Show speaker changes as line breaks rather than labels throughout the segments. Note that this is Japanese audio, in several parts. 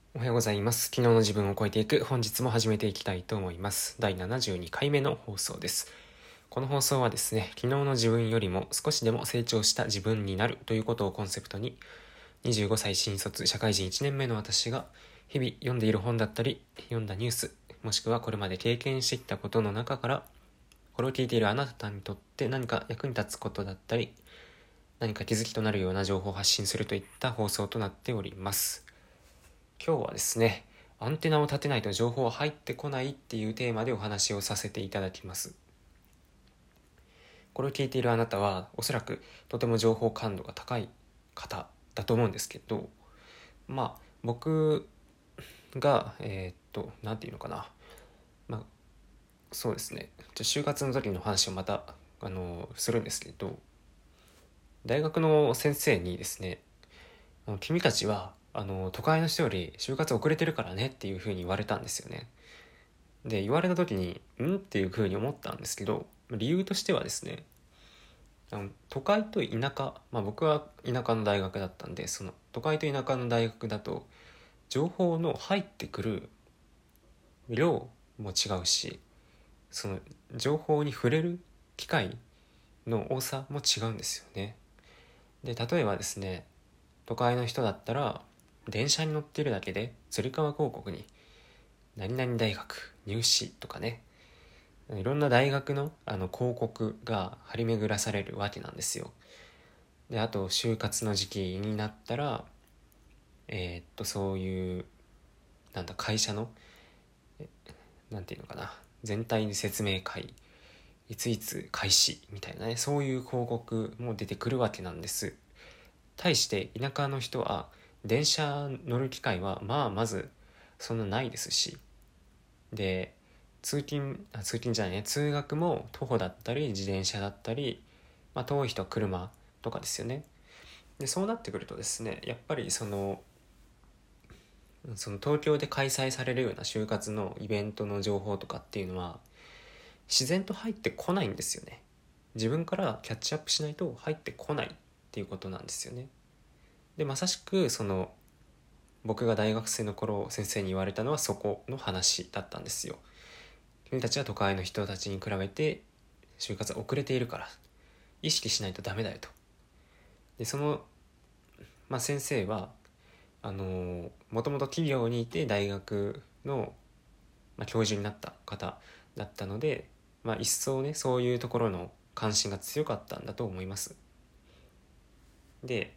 おはようございます。昨日の自分を超えていく本日も始めていきたいと思います。第72回目の放送です。この放送はですね、昨日の自分よりも少しでも成長した自分になるということをコンセプトに、25歳新卒社会人1年目の私が日々読んでいる本だったり、読んだニュース、もしくはこれまで経験してきたことの中から、これを聞いているあなたにとって何か役に立つことだったり、何か気づきとなるような情報を発信するといった放送となっております。今日はですね、アンテナを立てないと情報は入ってこないっていうテーマでお話をさせていただきます。これを聞いているあなたはおそらくとても情報感度が高い方だと思うんですけど、僕がなんていうのかな、まあそうですね、就活の時の話をまたするんですけど、大学の先生にですね、君たちは都会の人より就活遅れてるからねっていうふうに言われたんですよね。で言われた時にっていうふうに思ったんですけど、理由としてはですね、都会と田舎、僕は田舎の大学だったんで、その都会と田舎の大学だと情報の入ってくる量も違うし、その情報に触れる機会の多さも違うんですよね。で例えばですね、都会の人だったら電車に乗っているだけで鶴川広告に何々大学入試とかね、いろんな大学の広告が張り巡らされるわけなんですよ。であと就活の時期になったらそういう会社のなんていうのかな、全体説明会いついつ開始みたいなね、そういう広告も出てくるわけなんです。対して田舎の人は電車乗る機会はまずそんなないですし、で通勤じゃないね、通学も徒歩だったり自転車だったり、遠い人は車とかですよね。でそうなってくるとですね、やっぱりその東京で開催されるような就活のイベントの情報とかっていうのは自然と入ってこないんですよね。自分からキャッチアップしないと入ってこないっていうことなんですよね。でまさしく僕が大学生の頃先生に言われたのはそこの話だったんですよ。君たちは都会の人たちに比べて就活は遅れているから意識しないとダメだよと。で先生はもともと企業にいて大学の、教授になった方だったので、一層ねそういうところの関心が強かったんだと思います。で、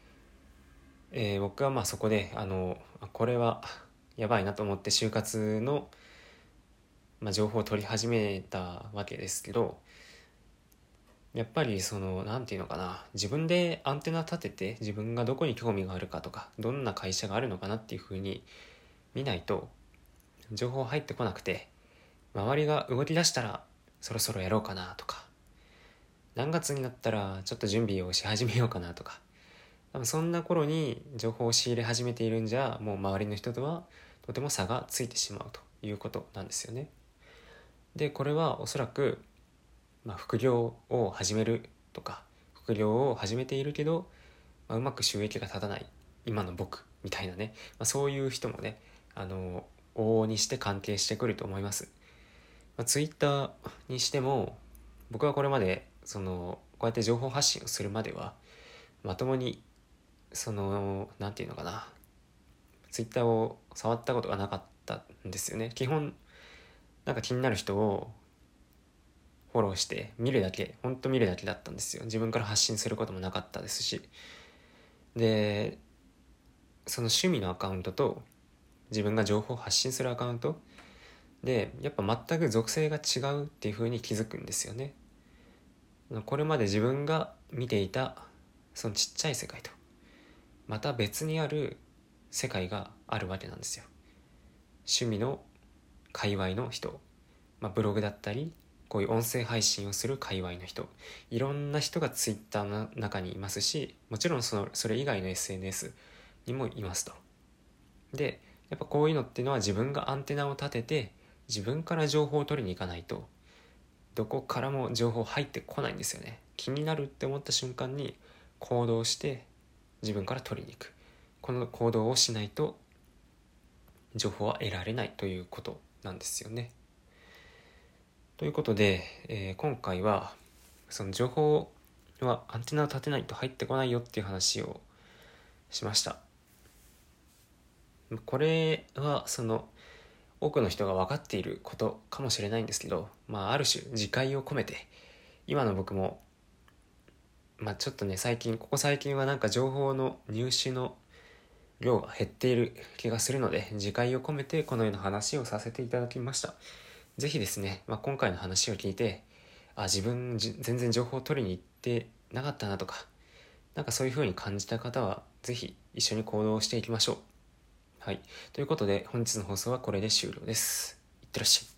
僕はそこでこれはやばいなと思って就活の、情報を取り始めたわけですけど、やっぱりなんていうのかな、自分でアンテナ立てて自分がどこに興味があるかとかどんな会社があるのかなっていうふうに見ないと情報入ってこなくて、周りが動き出したらそろそろやろうかなとか、何月になったらちょっと準備をし始めようかなとか、多分そんな頃に情報を仕入れ始めているんじゃ、もう周りの人とはとても差がついてしまうということなんですよね。でこれはおそらく、副業を始めるとか副業を始めているけど、うまく収益が立たない今の僕みたいなね、そういう人もね往々にして関係してくると思います。ツイッターにしても、僕はこれまでこうやって情報発信をするまではまともになんていうのかな、ツイッターを触ったことがなかったんですよね。基本気になる人をフォローして見るだけ、ほんと見るだけだったんですよ。自分から発信することもなかったですし、でその趣味のアカウントと自分が情報を発信するアカウントでやっぱ全く属性が違うっていう風に気づくんですよね。これまで自分が見ていたそのちっちゃい世界とまた別にある世界があるわけなんですよ。趣味の界隈の人、ブログだったりこういう音声配信をする界隈の人、いろんな人がツイッターの中にいますし、もちろんそれ以外の SNS にもいますと。でやっぱこういうのっていうのは自分がアンテナを立てて自分から情報を取りに行かないとどこからも情報入ってこないんですよね。気になるって思った瞬間に行動して自分から取りに行く、この行動をしないと情報は得られないということなんですよね。ということで、今回はその情報はアンテナを立てないと入ってこないよっていう話をしました。これはその多くの人が分かっていることかもしれないんですけど、ある種自戒を込めて、今の僕もちょっとね、ここ最近はなんか情報の入手の量が減っている気がするので、自戒を込めてこのような話をさせていただきました。ぜひですね、今回の話を聞いて、自分全然情報を取りに行ってなかったなとか、なんかそういう風に感じた方はぜひ一緒に行動していきましょう。はい。ということで本日の放送はこれで終了です。いってらっしゃい。